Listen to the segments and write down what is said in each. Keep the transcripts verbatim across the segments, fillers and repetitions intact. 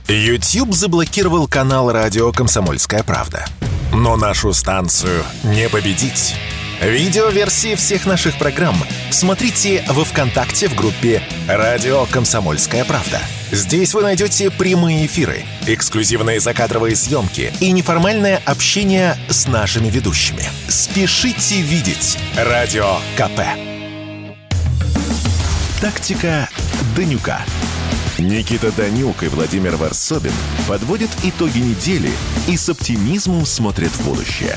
YouTube заблокировал канал «Радио Комсомольская правда». Но нашу станцию не победить. Видеоверсии всех наших программ смотрите во ВКонтакте в группе «Радио Комсомольская правда». Здесь вы найдете прямые эфиры, эксклюзивные закадровые съемки и неформальное общение с нашими ведущими. Спешите видеть Радио КП. Тактика Данюка. Никита Данюк и Владимир Варсобин подводят итоги недели и с оптимизмом смотрят в будущее.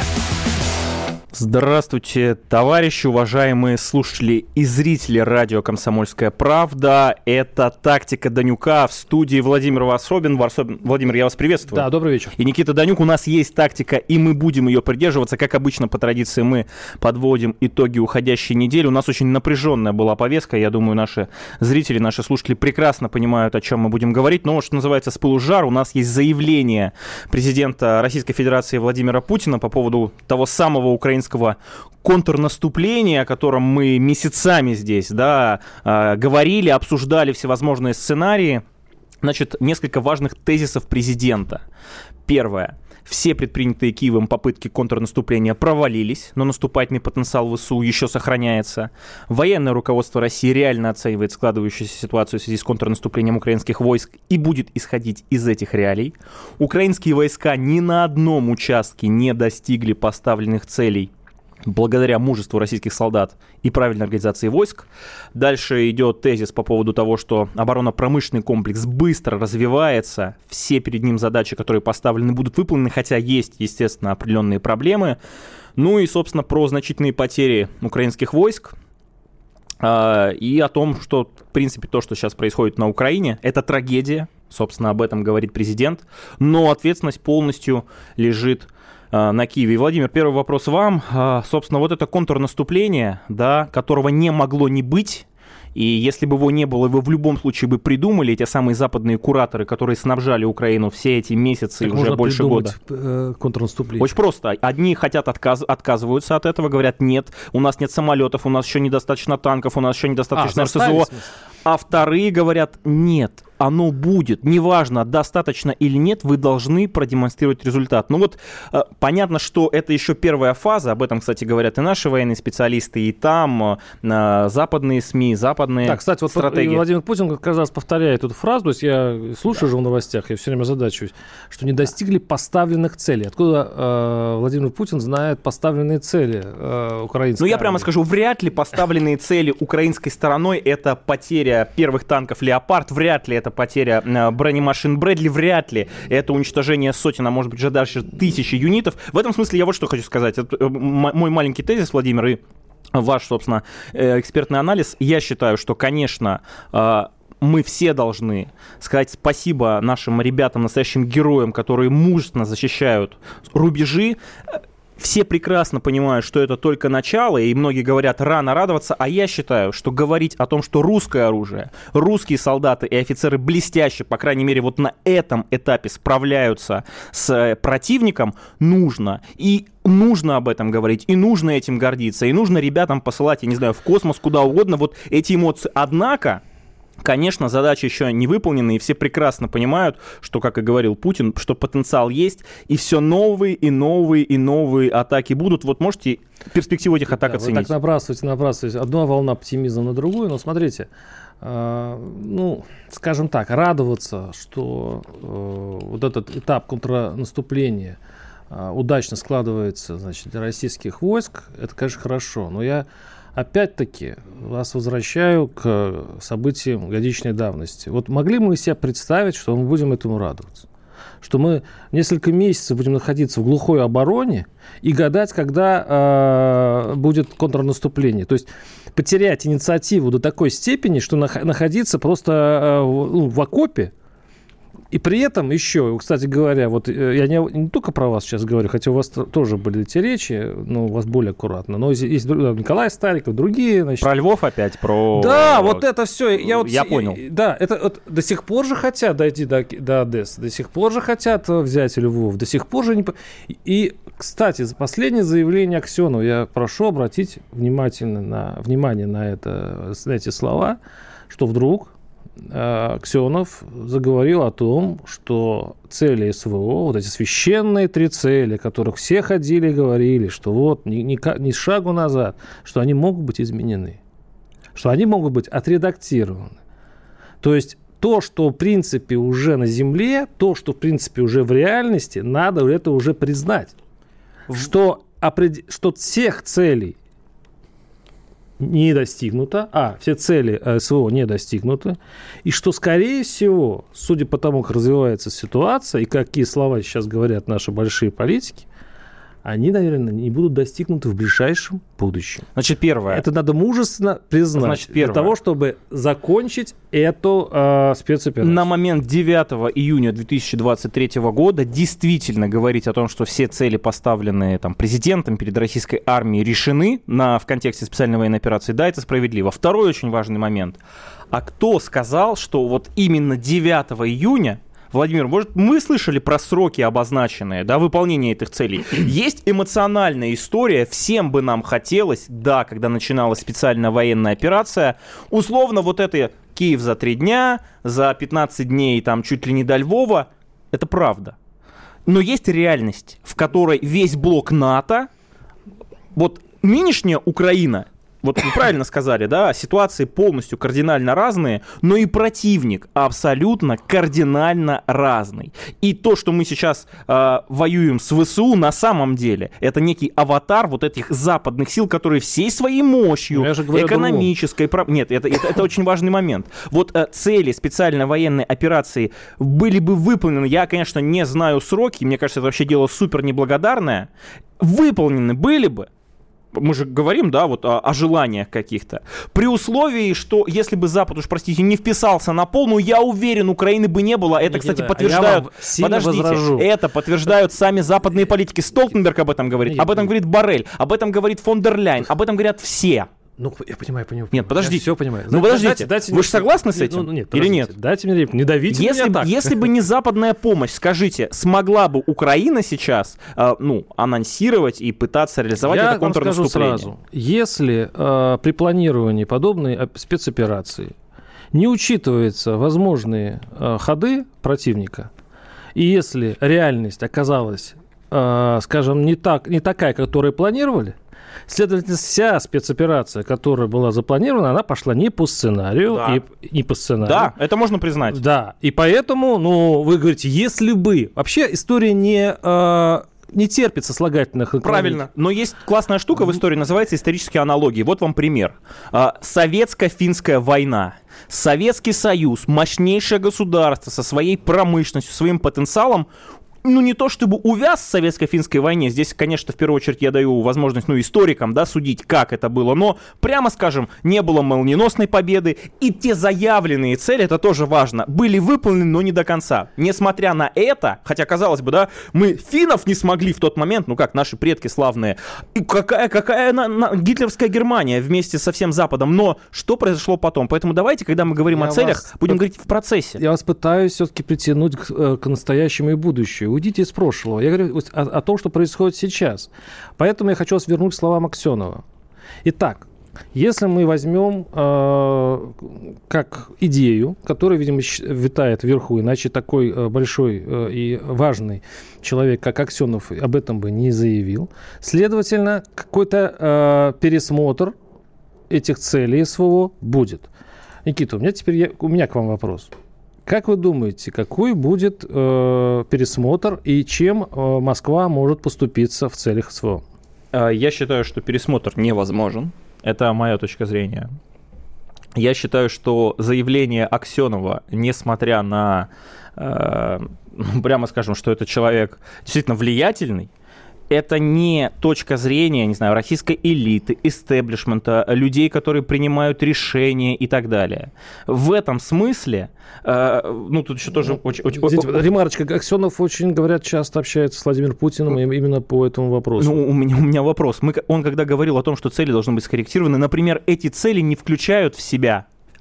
Здравствуйте, товарищи, уважаемые слушатели и зрители радио «Комсомольская правда». Это «Тактика Данюка», в студии Владимир Варсобин. Варсобин. Владимир, я вас приветствую. Да, добрый вечер. И Никита Данюк. У нас есть тактика, и мы будем ее придерживаться. Как обычно, по традиции, мы подводим итоги уходящей недели. У нас очень напряженная была повестка. Я думаю, наши зрители, наши слушатели прекрасно понимают, о чем мы будем говорить. Но, что называется, с пылу с жару, у нас есть заявление президента Российской Федерации Владимира Путина по поводу того самого украинского контрнаступления, о котором мы месяцами здесь, да, говорили, обсуждали всевозможные сценарии. Значит, несколько важных тезисов президента. Первое. Все предпринятые Киевом попытки контрнаступления провалились, но наступательный потенциал ВСУ еще сохраняется. Военное руководство России реально оценивает складывающуюся ситуацию в связи с контрнаступлением украинских войск и будет исходить из этих реалий. Украинские войска ни на одном участке не достигли поставленных целей благодаря мужеству российских солдат и правильной организации войск. Дальше идет тезис по поводу того, что оборонно-промышленный комплекс быстро развивается, все перед ним задачи, которые поставлены, будут выполнены, хотя есть, естественно, определенные проблемы. Ну и, собственно, про значительные потери украинских войск э, и о том, что, в принципе, то, что сейчас происходит на Украине, это трагедия, собственно, об этом говорит президент, но ответственность полностью лежит на Киеве. И, Владимир, первый вопрос вам. Собственно, вот это контрнаступление, да, которого не могло не быть, и если бы его не было, вы в любом случае бы придумали, эти самые западные кураторы, которые снабжали Украину все эти месяцы, так уже больше года. Э, контрнаступление. Очень просто. Одни хотят отказ, отказываются от этого, говорят, нет, у нас нет самолетов, у нас еще недостаточно танков, у нас еще недостаточно а, РСЗО. А вторые говорят, нет, оно будет, неважно, достаточно или нет, вы должны продемонстрировать результат. Ну вот, э, понятно, что это еще первая фаза, об этом, кстати, говорят и наши военные специалисты, и там э, западные СМИ, западные да, кстати, вот стратегии. Владимир Путин как раз повторяет эту фразу, то есть я слушаю да. же в новостях, я все время озадачиваюсь, что не достигли поставленных целей. Откуда э, Владимир Путин знает поставленные цели э, украинской Ну я армии? прямо скажу, вряд ли поставленные цели украинской стороной это потеря первых танков «Леопард», вряд ли это потеря бронемашин «Брэдли», вряд ли это уничтожение сотен, а может быть же даже тысячи юнитов. В этом смысле я вот что хочу сказать. Это мой маленький тезис, Владимир, и ваш, собственно, экспертный анализ. Я считаю, что, конечно, мы все должны сказать спасибо нашим ребятам, настоящим героям, которые мужественно защищают рубежи. Все прекрасно понимают, что это только начало, и многие говорят, рано радоваться, а я считаю, что говорить о том, что русское оружие, русские солдаты и офицеры блестяще, по крайней мере, вот на этом этапе справляются с противником, нужно. И нужно об этом говорить, и нужно этим гордиться, и нужно ребятам посылать, я не знаю, в космос, куда угодно, вот эти эмоции. Однако, конечно, задача еще не выполнена, и все прекрасно понимают, что, как и говорил Путин, что потенциал есть, и все новые и новые и новые атаки будут. Вот можете перспективу этих атак да, оценить? Вы так набрасываете, набрасываете. Одна волна оптимизма на другую, но смотрите, э, ну, скажем так, радоваться, что э, вот этот этап контрнаступления э, удачно складывается, значит, для российских войск, это, конечно, хорошо, но я опять-таки вас возвращаю к событиям годичной давности. Вот могли мы себе представить, что мы будем этому радоваться? Что мы несколько месяцев будем находиться в глухой обороне и гадать, когда э, будет контрнаступление. То есть потерять инициативу до такой степени, что нах- находиться просто э, в, в окопе. И при этом еще, кстати говоря, вот я не, не только про вас сейчас говорю, хотя у вас тоже были эти речи, но у вас более аккуратно. Но есть, есть Николай Стариков, другие. Значит. Про Львов опять, про... Да, вот это все. Я, вот, я понял. Да, это вот, до сих пор же хотят дойти до, до Одессы, до сих пор же хотят взять Львов, до сих пор же не... И, кстати, последнее заявление Аксенова, я прошу обратить внимательно на, внимание на, это, на эти слова, что вдруг Аксенов заговорил о том, что цели СВО, вот эти священные три цели, о которых все ходили и говорили, что вот ни, ни, ни шагу назад, что они могут быть изменены, что они могут быть отредактированы. То есть то, что в принципе уже на земле, то, что в принципе уже в реальности, надо это уже признать. Что, что всех целей не достигнуто, а все цели СВО не достигнуты, и что, скорее всего, судя по тому, как развивается ситуация и какие слова сейчас говорят наши большие политики, они, наверное, не будут достигнуты в ближайшем будущем. Значит, первое. Это надо мужественно признать. Значит, первое. Для того, чтобы закончить эту э, спецоперацию. На момент девятого июня две тысячи двадцать третьего года действительно говорить о том, что все цели, поставленные там, президентом перед российской армией, решены на, в контексте специальной военной операции, да, это справедливо. Второй очень важный момент. А кто сказал, что вот именно девятого июня, Владимир, может, мы слышали про сроки обозначенные, да, выполнения этих целей? Есть эмоциональная история, всем бы нам хотелось, да, когда начиналась специальная военная операция, условно вот это Киев за три дня, за пятнадцать дней, там, чуть ли не до Львова, это правда. Но есть реальность, в которой весь блок НАТО, вот нынешняя Украина, вот вы правильно сказали, да, ситуации полностью кардинально разные, но и противник абсолютно кардинально разный. И то, что мы сейчас э, воюем с ВСУ, на самом деле, это некий аватар вот этих западных сил, которые всей своей мощью, экономической... Про... Нет, это, это, это очень важный момент. Вот э, цели специальной военной операции были бы выполнены, я, конечно, не знаю сроки, мне кажется, это вообще дело супер неблагодарное, выполнены были бы, мы же говорим, да, вот о, о желаниях каких-то. При условии, что если бы Запад, уж простите, не вписался на полную, я уверен, Украины бы не было. Это, кстати, подтверждают... Подождите, возражу. Это подтверждают сами западные политики. Столтенберг об этом говорит, об этом говорит Боррель, об этом говорит фон дер Ляйен, об этом говорят все. Ну, я понимаю, понимаю. Нет, подождите. Я все понимаю. Ну, подождите. Дайте, дайте, вы же согласны с этим? Ну, нет, или нет? Дайте мне реплику. Не давите если, меня так. Если бы не западная помощь, скажите, смогла бы Украина сейчас э, ну, анонсировать и пытаться реализовать я это контрнаступление? Я скажу сразу. Если э, при планировании подобной спецоперации не учитываются возможные э, ходы противника, и если реальность оказалась, э, скажем, не, так, не такая, которую планировали, следовательно, вся спецоперация, которая была запланирована, она пошла не по сценарию. Да. И, не по сценарию. Да, это можно признать. Да, и поэтому, ну, вы говорите, если бы... Вообще история не... Э, не терпит сослагательных наклонений. Правильно. Но есть классная штука в истории, называется исторические аналогии. Вот вам пример. Советско-финская война. Советский Союз, мощнейшее государство со своей промышленностью, своим потенциалом, ну, не то чтобы увяз в советско-финской войне, здесь, конечно, в первую очередь я даю возможность, ну, историкам, да, судить, как это было, но, прямо скажем, не было молниеносной победы, и те заявленные цели, это тоже важно, были выполнены, но не до конца. Несмотря на это, хотя, казалось бы, да, мы финнов не смогли в тот момент, ну, как наши предки славные, и какая, какая на, на, гитлеровская Германия вместе со всем Западом, но что произошло потом? Поэтому давайте, когда мы говорим я о целях, вас, будем говорить в процессе. Я вас пытаюсь все-таки притянуть к, к настоящему и будущему. Уйдите из прошлого. Я говорю о, о том, что происходит сейчас. Поэтому я хочу вас вернуть к словам Аксенова. Итак, если мы возьмем э, как идею, которая, видимо, витает вверху, иначе такой э, большой э, и важный человек, как Аксенов, об этом бы не заявил, следовательно, какой-то э, пересмотр этих целей СВО будет. Никита, у меня теперь я, у меня к вам вопрос. Как вы думаете, какой будет э, пересмотр и чем э, Москва может поступиться в целях СВО? Я считаю, что пересмотр невозможен. Это моя точка зрения. Я считаю, что заявление Аксенова, несмотря на, э, прямо скажем, что это человек действительно влиятельный, это не точка зрения, не знаю, российской элиты, истеблишмента, людей, которые принимают решения и так далее. В этом смысле, э, ну, тут еще тоже очень... очень Здесь, ремарочка, Аксенов очень, говорят, часто общается с Владимиром Путиным именно по этому вопросу. Ну, у меня, у меня вопрос. Мы, он когда говорил о том, что цели должны быть скорректированы, например, эти цели не включают в себя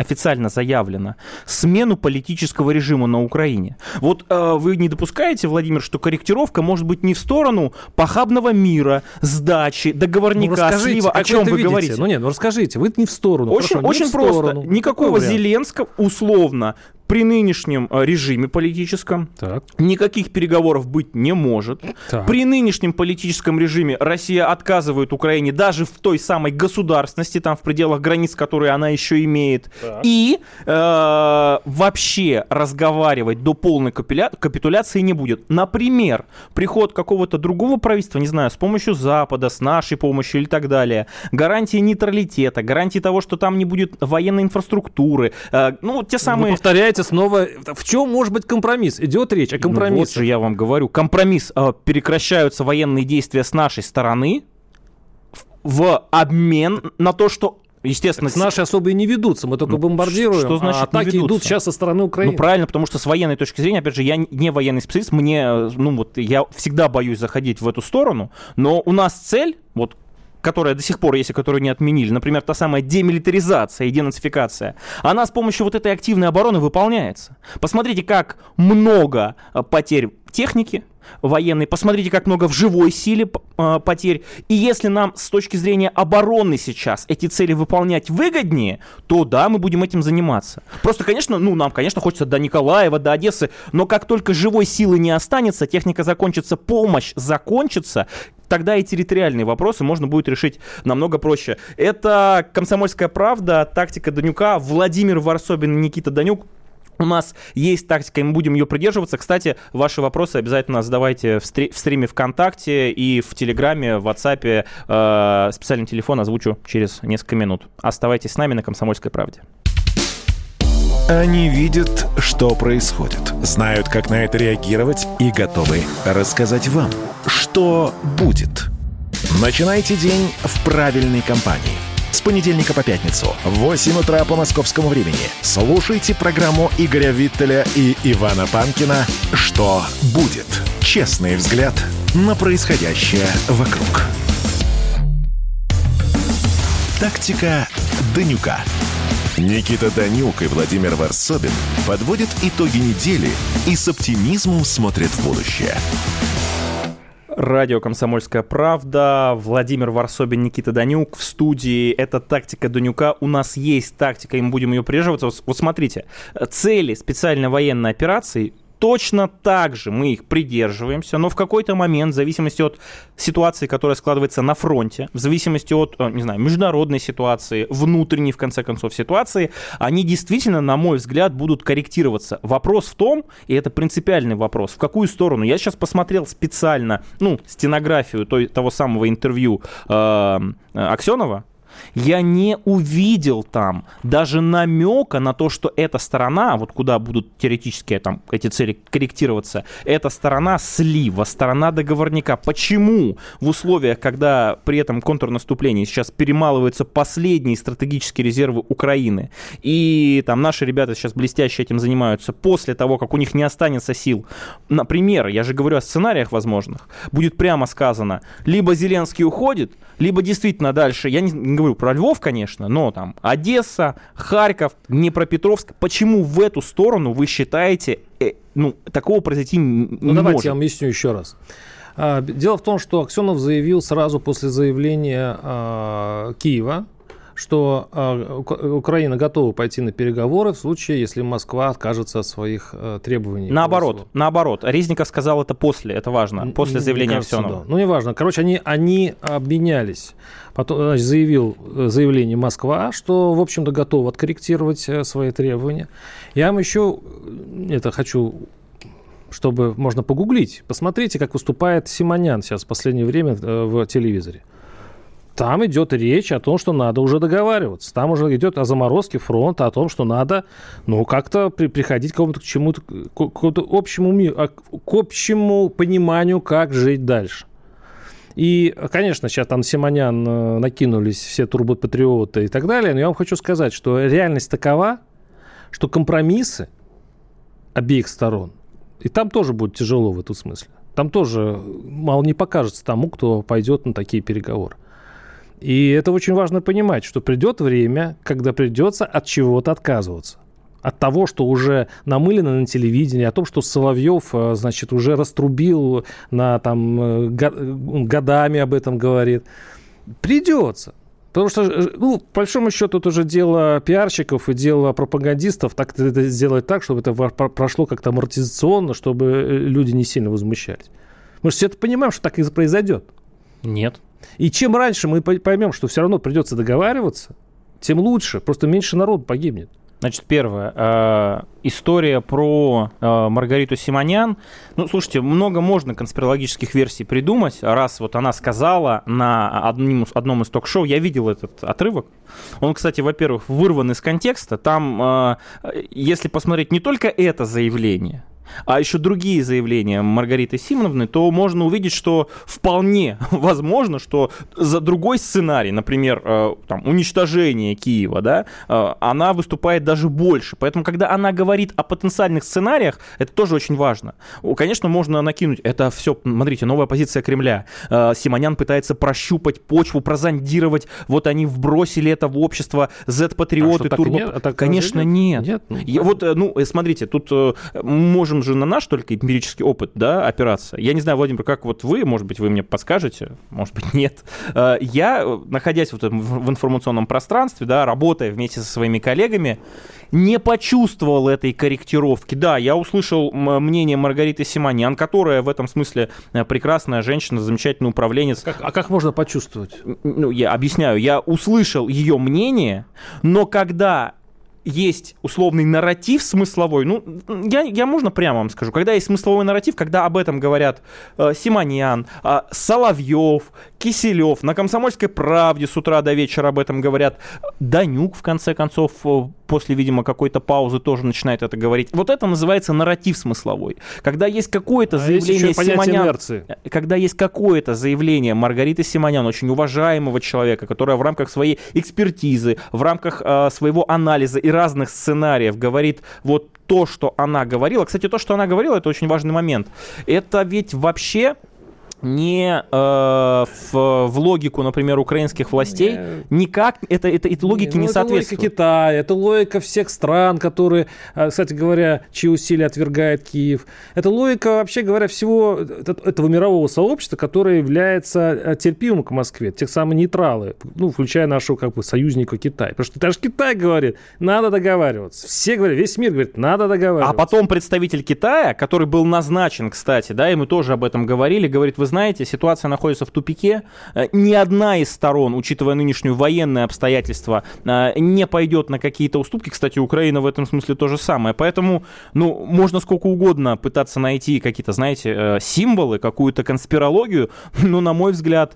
официально заявлено смену политического режима на Украине. Вот э, вы не допускаете, Владимир, что корректировка может быть не в сторону похабного мира, сдачи, договорника, ну, слива, о чем вы видите? говорите? Ну нет, ну расскажите, вы не в сторону. Очень, Хорошо, очень не просто. Сторону. Никакого Зеленского, условно, при нынешнем режиме политическом так. никаких переговоров быть не может. Так. При нынешнем политическом режиме Россия отказывает Украине даже в той самой государственности, там в пределах границ, которые она еще имеет. Так. И э, вообще разговаривать до полной капитуля- капитуляции не будет. Например, приход какого-то другого правительства, не знаю, с помощью Запада, с нашей помощью или так далее, гарантии нейтралитета, гарантии того, что там не будет военной инфраструктуры, э, ну, те самые... Вы повторяете снова, в чем может быть компромисс? Идет речь о компромиссе. Ну, вот же я вам говорю, компромисс, э, прекращаются военные действия с нашей стороны в обмен на то, что... Естественно, с нашей особо и не ведутся, мы только ну, бомбардируем, что значит, а атаки идут сейчас со стороны Украины. Ну, правильно, потому что с военной точки зрения, опять же, я не военный специалист, мне, ну, вот, я всегда боюсь заходить в эту сторону, но у нас цель, вот, которая до сих пор есть и которую не отменили, например, та самая демилитаризация и денацификация, она с помощью вот этой активной обороны выполняется. Посмотрите, как много потерь техники военной, посмотрите, как много в живой силе э, потерь. И если нам с точки зрения обороны сейчас эти цели выполнять выгоднее, то да, мы будем этим заниматься. Просто, конечно, ну, нам, конечно, хочется до Николаева, до Одессы, но как только живой силы не останется, техника закончится, помощь закончится, тогда и территориальные вопросы можно будет решить намного проще. Это «Комсомольская правда», тактика Данюка, Владимир Варсобин, Никита Данюк. У нас есть тактика, и мы будем ее придерживаться. Кстати, ваши вопросы обязательно задавайте в, стри- в стриме ВКонтакте и в Телеграме, в WhatsApp. Э- специальный телефон озвучу через несколько минут. Оставайтесь с нами на «Комсомольской правде». Они видят, что происходит, знают, как на это реагировать и готовы рассказать вам, что будет. Начинайте день в правильной компании. С понедельника по пятницу в восемь утра по московскому времени слушайте программу Игоря Виттеля и Ивана Панкина «Что будет?». Честный взгляд на происходящее вокруг. Тактика Данюка. Никита Данюк и Владимир Варсобин подводят итоги недели и с оптимизмом смотрят в будущее. Радио «Комсомольская правда», Владимир Варсобин, Никита Данюк в студии. Это тактика Данюка. У нас есть тактика, и мы будем ее придерживаться. Вот смотрите, цели специальной военной операции точно так же мы их придерживаемся, но в какой-то момент, в зависимости от ситуации, которая складывается на фронте, в зависимости от, не знаю, международной ситуации, внутренней, в конце концов, ситуации, они действительно, на мой взгляд, будут корректироваться. Вопрос в том, и это принципиальный вопрос, в какую сторону. Я сейчас посмотрел специально, ну, стенографию той, того самого интервью э, Аксенова. Я не увидел там даже намека на то, что эта сторона, вот куда будут теоретически там, эти цели корректироваться, эта сторона слива, сторона договорника. Почему в условиях, когда при этом контрнаступлении сейчас перемалываются последние стратегические резервы Украины, и там наши ребята сейчас блестяще этим занимаются, после того, как у них не останется сил, например, я же говорю о сценариях возможных, будет прямо сказано, либо Зеленский уходит, либо действительно дальше, я не, не говорю про Львов, конечно, но там Одесса, Харьков, Днепропетровск. Почему в эту сторону вы считаете, э, ну, такого произойти не ну, может? Давайте я вам объясню еще раз. Дело в том, что Аксенов заявил сразу после заявления э, Киева, что э, Украина готова пойти на переговоры в случае, если Москва откажется от своих э, требований. Наоборот, наоборот. Резников сказал это после, это важно, после заявления кажется, Аксенова. Да. Ну, неважно. Короче, они, они обменялись. Потом, значит, заявил заявление Москва, что, в общем-то, готова откорректировать свои требования. Я вам еще это хочу, чтобы можно погуглить. Посмотрите, как выступает Симонян сейчас в последнее время в телевизоре. Там идет речь о том, что надо уже договариваться. Там уже идет о заморозке фронта, о том, что надо, ну, как-то при, приходить к какому-то, к чему-то, к, к общему миру, к общему пониманию, как жить дальше. И, конечно, сейчас там Симонян накинулись все турботпатриоты и так далее, но я вам хочу сказать, что реальность такова, что компромиссы обеих сторон, и там тоже будет тяжело в этом смысле, там тоже мало не покажется тому, кто пойдет на такие переговоры. И это очень важно понимать, что придет время, когда придется от чего-то отказываться. От того, что уже намылено на телевидении, о том, что Соловьев, значит, уже раструбил, на, там, годами об этом говорит. Придется. Потому что, ну, по большому счету, это уже дело пиарщиков и дело пропагандистов, так это сделать так, чтобы это прошло как-то амортизационно, чтобы люди не сильно возмущались. Мы же все это понимаем, что так и произойдет. Нет. И чем раньше мы поймем, что все равно придется договариваться, тем лучше, просто меньше народу погибнет. Значит, первое. Э, история про э, Маргариту Симонян. Ну, слушайте, много можно конспирологических версий придумать. Раз вот она сказала на одним, одном из ток-шоу, я видел этот отрывок. Он, кстати, во-первых, вырван из контекста. Там, э, если посмотреть не только это заявление, а еще другие заявления Маргариты Симоновны, то можно увидеть, что вполне возможно, что за другой сценарий, например, э, там, уничтожение Киева, да, э, она выступает даже больше. Поэтому, когда она говорит о потенциальных сценариях, это тоже очень важно. Конечно, можно накинуть, это все, смотрите, новая позиция Кремля. Э, Симонян пытается прощупать почву, прозондировать, вот они вбросили это в общество, зет-патриоты, а турбо... Нет? А так Конечно, нет. нет ну, Я, вот, ну, смотрите, тут э, можем же на наш только эмпирический опыт, да, опираться. Я не знаю, Владимир, как вот вы, может быть, вы мне подскажете, может быть, нет. Я, находясь вот в информационном пространстве, да, работая вместе со своими коллегами, не почувствовал этой корректировки. Да, я услышал мнение Маргариты Симонян, которая в этом смысле прекрасная женщина, замечательный управленец. Как, а как можно почувствовать? Ну, я объясняю. Я услышал ее мнение, но когда есть условный нарратив смысловой, ну, я, я можно прямо вам скажу, когда есть смысловой нарратив, когда об этом говорят э, Симонян, э, Соловьев, Киселев, на «Комсомольской правде» с утра до вечера об этом говорят, Данюк, в конце концов, э, после, видимо, какой-то паузы тоже начинает это говорить. Вот это называется нарратив смысловой. Когда есть какое-то а заявление Симонян, когда есть какое-то заявление Маргариты Симонян, очень уважаемого человека, которая в рамках своей экспертизы, в рамках э, своего анализа и разных сценариев говорит вот то, что она говорила. Кстати, то, что она говорила, это очень важный момент. Это ведь вообще не э, в, в логику, например, украинских властей, никак это, это, это логике не, ну, не соответствует. Это логика Китая, это логика всех стран, которые, кстати говоря, чьи усилия отвергает Киев. Это логика, вообще говоря, всего этого мирового сообщества, которое является терпимым к Москве, тех самых нейтралы, ну, включая нашего как бы союзника Китай. Потому что даже Китай говорит, надо договариваться. Все говорят, весь мир говорит, надо договариваться. А потом представитель Китая, который был назначен, кстати, да, и мы тоже об этом говорили, говорит, вы знаете, ситуация находится в тупике. Ни одна из сторон, учитывая нынешнюю военные обстоятельства, не пойдет на какие-то уступки. Кстати, Украина в этом смысле то же самое. Поэтому, ну, можно сколько угодно пытаться найти какие-то, знаете, символы, какую-то конспирологию, но, на мой взгляд,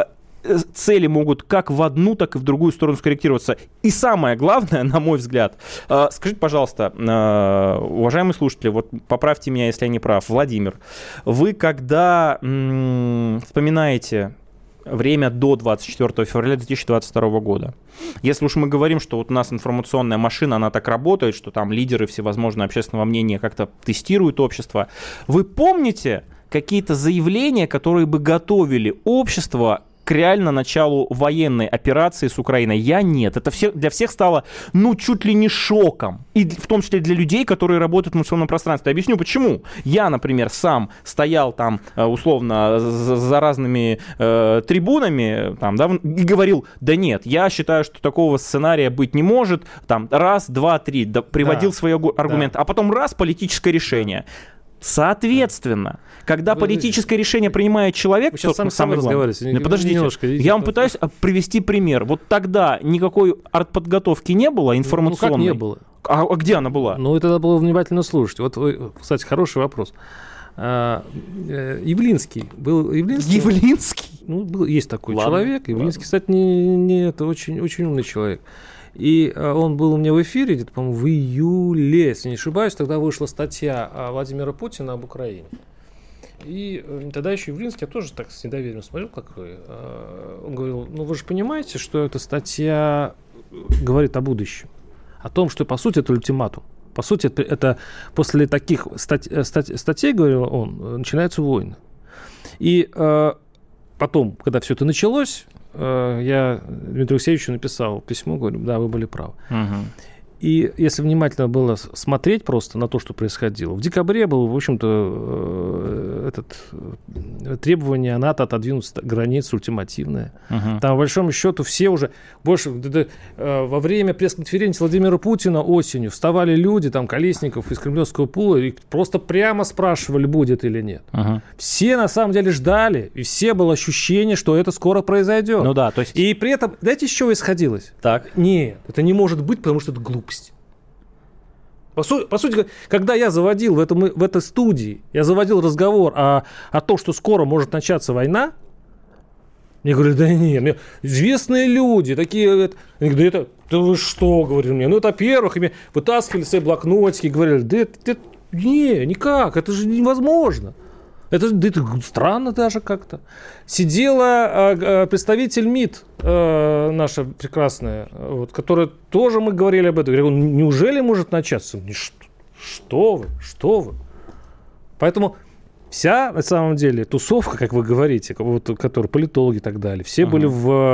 цели могут как в одну, так и в другую сторону скорректироваться. И самое главное, на мой взгляд, скажите, пожалуйста, уважаемые слушатели, вот поправьте меня, если я не прав, Владимир, вы когда м- вспоминаете время до двадцать четвёртого февраля две тысячи двадцать второго года, если уж мы говорим, что вот у нас информационная машина, она так работает, что там лидеры всевозможного общественного мнения как-то тестируют общество, вы помните какие-то заявления, которые бы готовили общество к реально началу военной операции с Украиной? Я нет. Это все, для всех стало, ну, чуть ли не шоком. И в том числе для людей, которые работают в информационном пространстве. Объясню, почему. Я, например, сам стоял там, условно, за разными э, трибунами там, да, и говорил, да нет, я считаю, что такого сценария быть не может. Там, раз, два, три. Да, приводил да. свои аргументы. Да. А потом раз, политическое решение. Соответственно, когда вы, политическое решение принимает человек, вы сейчас сам самый разговариваете. Ну, подождите, немножко, я вам пытаюсь привести пример. Вот тогда никакой артподготовки не было информационной. Ну, как не было? А, а где она была? Ну, это надо было внимательно слушать. Вот, кстати, хороший вопрос. А, Явлинский был Явлинский. Явлинский? Ну, был, есть такой ладно, человек. Явлинский, ладно. Кстати, не, не это очень, очень умный человек. И он был у меня в эфире, где-то, по-моему, в июле, если не ошибаюсь, тогда вышла статья Владимира Путина об Украине. И тогда еще Явлинский, я тоже так с недоверием смотрел, как вы. Он говорил, ну вы же понимаете, что эта статья говорит о будущем. О том, что, по сути, это ультиматум. По сути, это, это после таких стать, стать, статей, говорил он, начинаются войны. И э, потом, когда все это началось, э, я Дмитрию Алексеевичу написал письмо, говорю, да, вы были правы. Угу. И если внимательно было смотреть просто на то, что происходило, в декабре было, в общем-то, этот, требование НАТО отодвинуть границу ультимативное. Uh-huh. Там, по большому счету, все уже больше... Во время пресс-конференции Владимира Путина осенью вставали люди, там, Колесников из Кремлевского пула, и просто прямо спрашивали, будет или нет. Uh-huh. Все, на самом деле, ждали, и все было ощущение, что это скоро произойдет. Ну да, то есть... И при этом, знаете, из чего исходилось? Так. Нет, это не может быть, потому что это глупость. По, су- по сути, когда я заводил в, этом, в этой студии, я заводил разговор о, о том, что скоро может начаться война, мне говорили, да нет, мне известные люди, такие, они говорят, да, это, да вы что, говорили мне, ну это, во-первых, и мне вытаскивали свои блокнотики, говорили, да это, это не, никак, это же невозможно. Это, да, это странно даже как-то. Сидела э, представитель МИД, э, наша прекрасная, вот, которая тоже мы говорили об этом. Я говорю, неужели может начаться? Что вы, что вы? Поэтому вся, на самом деле, тусовка, как вы говорите, вот, которые политологи и так далее, все uh-huh. были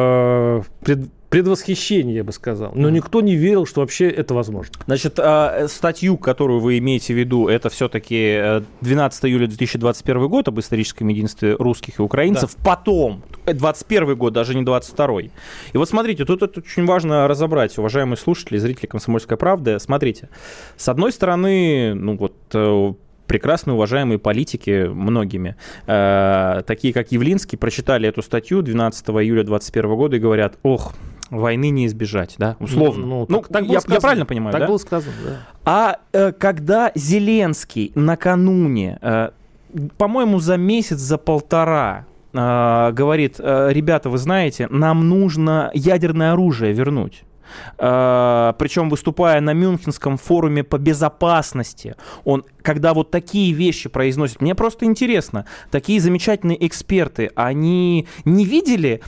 в пред, предвосхищении, я бы сказал. Но uh-huh. никто не верил, что вообще это возможно. Значит, статью, которую вы имеете в виду, это все-таки двенадцатого июля две тысячи двадцать первый год об историческом единстве русских и украинцев. Да. Потом, двадцать первый год, даже не двадцать второй. И вот смотрите, тут это очень важно разобрать, уважаемые слушатели, зрители «Комсомольской правды». Смотрите, с одной стороны, ну вот... прекрасные, уважаемые политики многими, э, такие как Явлинский, прочитали эту статью двенадцатого июля двадцать первого года и говорят, ох, войны не избежать, да, условно. Ну, ну, так, так я, я правильно понимаю, так да? было сказано, да. А э, когда Зеленский накануне, э, по-моему, за месяц, за полтора, э, говорит, э, ребята, вы знаете, нам нужно ядерное оружие вернуть. Uh, причем выступая на Мюнхенском форуме по безопасности, он, когда вот такие вещи произносит, мне просто интересно, такие замечательные эксперты, они не видели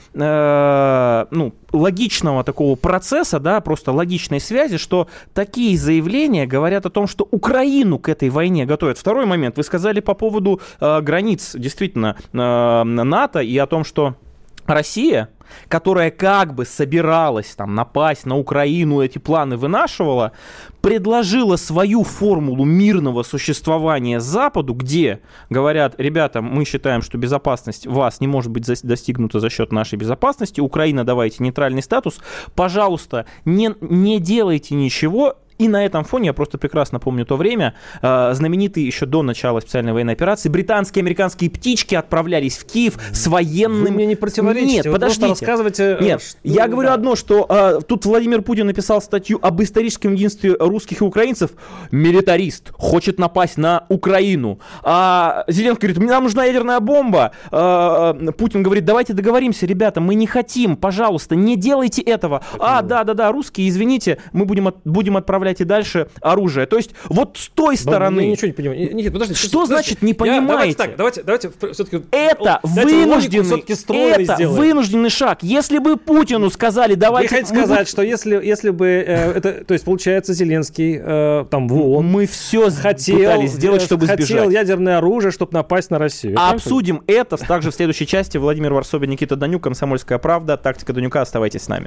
uh, ну, логичного такого процесса, да, просто логичной связи, что такие заявления говорят о том, что Украину к этой войне готовят. Второй момент, вы сказали по поводу uh, границ, действительно, uh, НАТО и о том, что Россия, которая как бы собиралась там напасть на Украину, эти планы вынашивала, предложила свою формулу мирного существования Западу, где говорят, ребята, мы считаем, что безопасность вас не может быть достигнута за счет нашей безопасности, Украина, давайте нейтральный статус, пожалуйста, не, не делайте ничего. И на этом фоне, я просто прекрасно помню то время, э, знаменитые еще до начала специальной военной операции британские и американские птички отправлялись в Киев с военным... Вы мне не противоречите. Нет, вы подождите. Рассказывайте... Нет, что... я говорю да. одно, что э, тут Владимир Путин написал статью об историческом единстве русских и украинцев. Милитарист хочет напасть на Украину. А Зеленский говорит, нам нужна ядерная бомба. А, Путин говорит, давайте договоримся, ребята, мы не хотим, пожалуйста, не делайте этого. А, да-да-да, русские, извините, мы будем, от, будем отправлять и дальше оружие. То есть вот с той стороны... Я ничего не понимаю. Никит, подожди, что подожди, значит не понимаете? Я, давайте так, давайте, давайте все-таки... Это вынужденный, это вынужденный шаг. Если бы Путину сказали, давайте... Вы хотите сказать, будем... что если, если бы... Э, это, то есть, получается, Зеленский э, там в ООН... Мы все хотел, пытались сделать, чтобы хотел сбежать. Хотел ядерное оружие, чтобы напасть на Россию. А обсудим это также в следующей части. Владимир Варсобин, Никита Данюк, «Комсомольская правда», «Тактика Данюка». Оставайтесь с нами.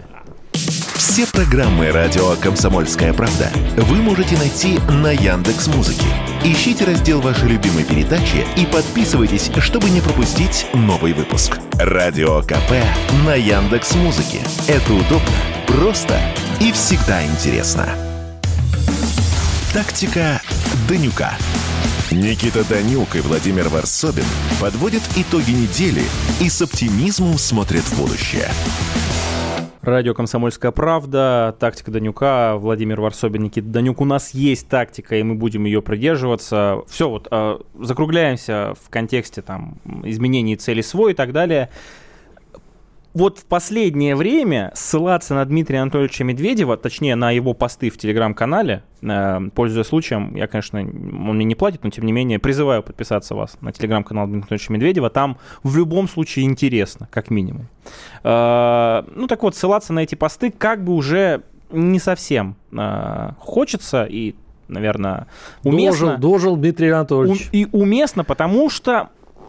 Все программы радио «Комсомольская правда» вы можете найти на Яндекс.Музыке. Ищите раздел вашей любимой передачи и подписывайтесь, чтобы не пропустить новый выпуск. Радио КП на Яндекс.Музыке. Это удобно, просто и всегда интересно. Тактика Данюка. Никита Данюк и Владимир Варсобин подводят итоги недели и с оптимизмом смотрят в будущее. Радио «Комсомольская правда», тактика Данюка, Владимир Варсобин, Никита Данюк. У нас есть тактика, и мы будем ее придерживаться. Все, вот э, закругляемся в контексте там, изменений цели СВО и так далее. Вот в последнее время ссылаться на Дмитрия Анатольевича Медведева, точнее, на его посты в Телеграм-канале, э, пользуясь случаем, я, конечно, он мне не платит, но, тем не менее, призываю подписаться вас на Телеграм-канал Дмитрия Анатольевича Медведева. Там в любом случае интересно, как минимум. Э, ну, так вот, ссылаться на эти посты как бы уже не совсем э, хочется и, наверное, уместно. Дожил, дожил Дмитрий Анатольевич. У, и уместно, потому что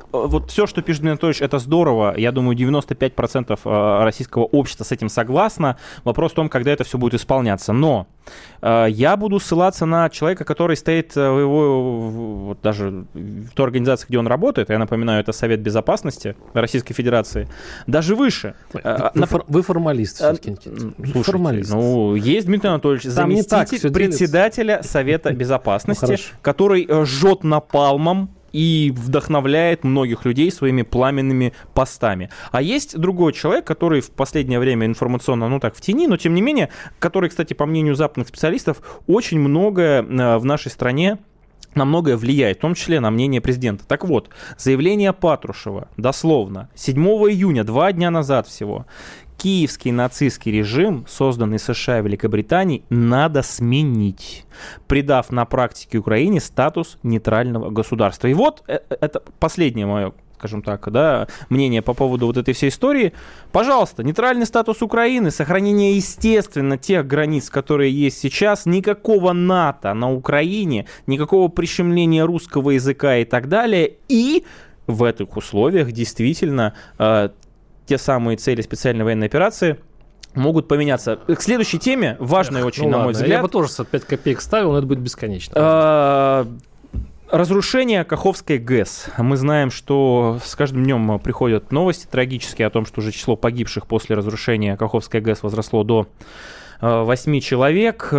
вот все, что пишет Дмитрий Анатольевич, это здорово. Я думаю, девяносто пять процентов российского общества с этим согласно. Вопрос в том, когда это все будет исполняться. Но я буду ссылаться на человека, который стоит в его, вот даже в той организации, где он работает. Я напоминаю, это Совет Безопасности Российской Федерации. Даже выше. Вы, на... вы формалист все-таки. Слушайте, формалист. Ну, есть Дмитрий Анатольевич, Там заместитель председателя Совета Безопасности, ну, который жжет напалмом и вдохновляет многих людей своими пламенными постами. А есть другой человек, который в последнее время информационно, ну так, в тени, но тем не менее, который, кстати, по мнению западных специалистов, очень многое в нашей стране на многое влияет, в том числе на мнение президента. Так вот, заявление Патрушева, дословно, седьмого июня, два дня назад всего, киевский нацистский режим, созданный США и Великобританией, надо сменить, придав на практике Украине статус нейтрального государства. И вот это последнее мое, скажем так, да, мнение по поводу вот этой всей истории. Пожалуйста, нейтральный статус Украины, сохранение, естественно, тех границ, которые есть сейчас, никакого НАТО на Украине, никакого прищемления русского языка и так далее. И в этих условиях действительно э, те самые цели специальной военной операции могут поменяться. К следующей теме, важной Эх, очень, ну на ладно, мой взгляд. Я бы тоже пять копеек ставил, но это будет бесконечно. Разрушение Каховской ГЭС. Мы знаем, что с каждым днем приходят новости трагические о том, что уже число погибших после разрушения Каховской ГЭС возросло до восьми человек.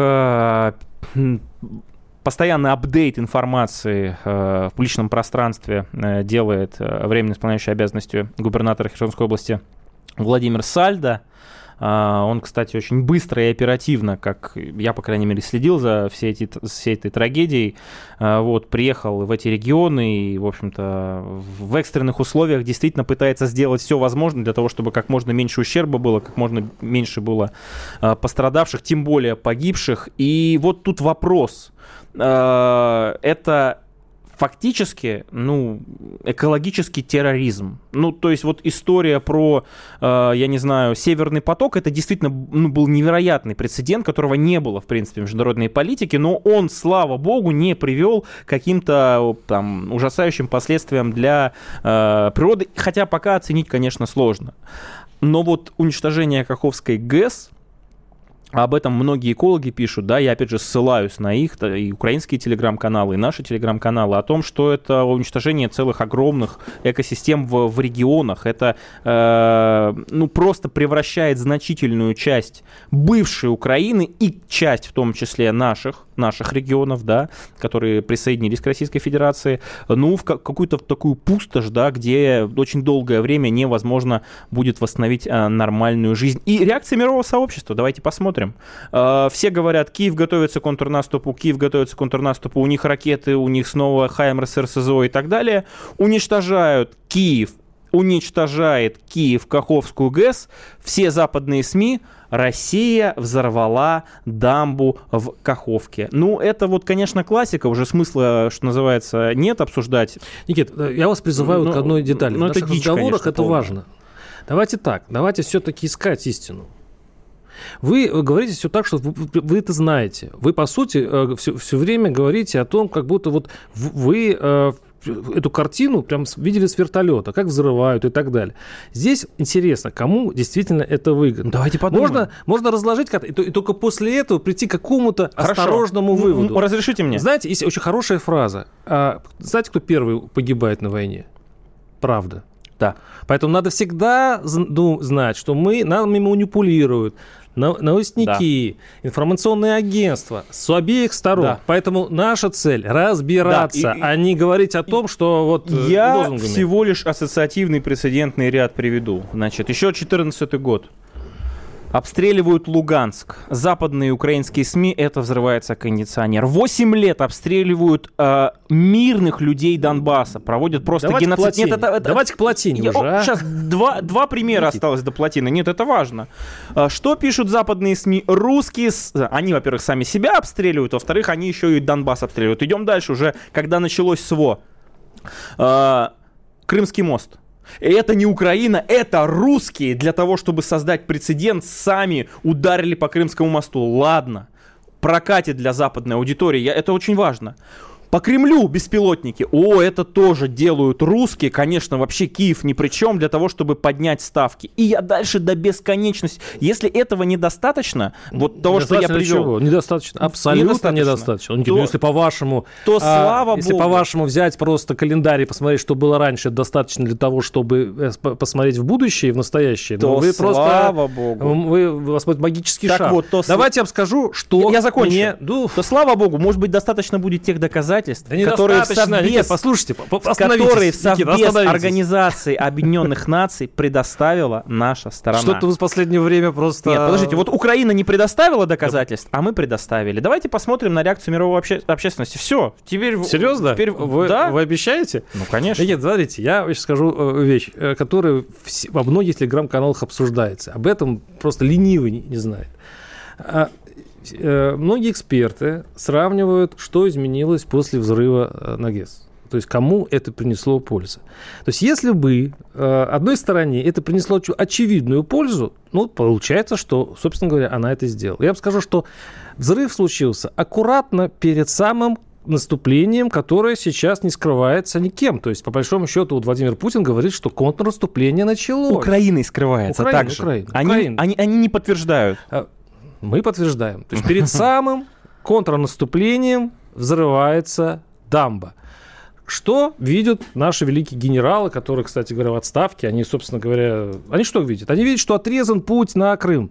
Постоянный апдейт информации в публичном пространстве делает временно исполняющий обязанности губернатора Херсонской области Владимир Сальдо. Он, кстати, очень быстро и оперативно, как я, по крайней мере, следил за всей, эти, всей этой трагедией, вот, приехал в эти регионы и, в общем-то, в экстренных условиях действительно пытается сделать все возможное для того, чтобы как можно меньше ущерба было, как можно меньше было пострадавших, тем более погибших. И вот тут вопрос. Это фактически, ну, экологический терроризм. Ну, то есть вот история про, э, я не знаю, Северный поток, это действительно, ну, был невероятный прецедент, которого не было, в принципе, в международной политике, но он, слава богу, не привел к каким-то там ужасающим последствиям для э, природы, хотя пока оценить, конечно, сложно. Но вот уничтожение Каховской ГЭС, об этом многие экологи пишут, да, я опять же ссылаюсь на их, и украинские телеграм-каналы, и наши телеграм-каналы, о том, что это уничтожение целых огромных экосистем в, в регионах, это э, ну, просто превращает значительную часть бывшей Украины и часть, в том числе наших, наших регионов, да, которые присоединились к Российской Федерации, ну, в какую-то такую пустошь, да, где очень долгое время невозможно будет восстановить э, нормальную жизнь. И реакция мирового сообщества, давайте посмотрим. Все говорят, Киев готовится к контрнаступу, Киев готовится к контрнаступу, у них ракеты, у них снова Хаймерс, РСЗО и так далее. Уничтожают Киев, уничтожает Киев Каховскую ГЭС. Все западные СМИ: Россия взорвала дамбу в Каховке. Ну, это вот, конечно, классика, уже смысла, что называется, нет обсуждать. Никит, я вас призываю но, к одной детали. В наших дичь, разговорах конечно, это полная. Важно. Давайте так, давайте все-таки искать истину. Вы говорите все так, что вы, вы это знаете. Вы, по сути, все, все время говорите о том, как будто вот вы э, эту картину прям видели с вертолета, как взрывают и так далее. Здесь интересно, кому действительно это выгодно. Давайте подумаем. Можно, можно разложить карты, и, и только после этого прийти к какому-то Хорошо. осторожному выводу. Разрешите мне. Знаете, есть очень хорошая фраза. А, знаете, кто первый погибает на войне? Правда. Да. Поэтому надо всегда ну, знать, что мы, нами манипулируют новостники, да. информационные агентства с обеих сторон. Да. Поэтому наша цель разбираться, да. и, а не говорить о том, что вот я лозунгами. Всего лишь ассоциативный прецедентный ряд приведу. Значит, еще четырнадцатый год. Обстреливают Луганск. Западные украинские СМИ, это взрывается кондиционер. Восемь лет обстреливают э, мирных людей Донбасса. Проводят просто Давайте геноцид. К Нет, это, это, Давайте к плотине я, уже. А? Сейчас два, два примера Никит. осталось до плотины. Нет, это важно. Что пишут западные СМИ? Русские, они, во-первых, сами себя обстреливают, во-вторых, они еще и Донбасс обстреливают. Идем дальше уже, когда началось СВО. Э, Крымский мост. И это не Украина, это русские для того, чтобы создать прецедент, сами ударили по Крымскому мосту. Ладно, прокатит для западной аудитории, это очень важно. По Кремлю беспилотники. О, это тоже делают русские. Конечно, вообще Киев ни при чем для того, чтобы поднять ставки. И я дальше до бесконечности. Если этого недостаточно, вот того, что я привел. Чего? Недостаточно. Абсолютно недостаточно. недостаточно. Ну, то, если по-вашему, то а, слава если Богу. по-вашему взять просто календарь и посмотреть, что было раньше, достаточно для того, чтобы посмотреть в будущее и в настоящее. То вы слава просто, Богу. Вы, у вас будет магический так шаг. Вот, то Давайте я вам скажу, что... Я, я закончу. Мне... То слава Богу, может быть, достаточно будет тех доказательств, Да которые в совбез, Никит, послушайте, которые в совбез Никит, Организации Объединенных Наций предоставила наша сторона. Что-то вы в последнее время просто... Нет, подождите, вот Украина не предоставила доказательств, а мы предоставили. Давайте посмотрим на реакцию мировой обще- общественности. Все, теперь... Серьезно? Теперь... Вы, да? вы обещаете? Ну, конечно. Нет, смотрите, я сейчас скажу вещь, которая во многих телеграм-каналах обсуждается. Об этом просто ленивый не, не знает. Многие эксперты сравнивают, что изменилось после взрыва на ГЭС. То есть, кому это принесло пользу. То есть, если бы одной стороне это принесло очевидную пользу, ну, получается, что, собственно говоря, она это сделала. Я вам скажу, что взрыв случился аккуратно перед самым наступлением, которое сейчас не скрывается никем. То есть, по большому счету, вот Владимир Путин говорит, что контрнаступление началось. Украиной скрывается Украина, также. Украина, они, Украина. Они, они не подтверждают. Мы подтверждаем. То есть перед самым контрнаступлением взрывается дамба. Что видят наши великие генералы, которые, кстати говоря, в отставке, они, собственно говоря, они что видят? Они видят, что отрезан путь на Крым.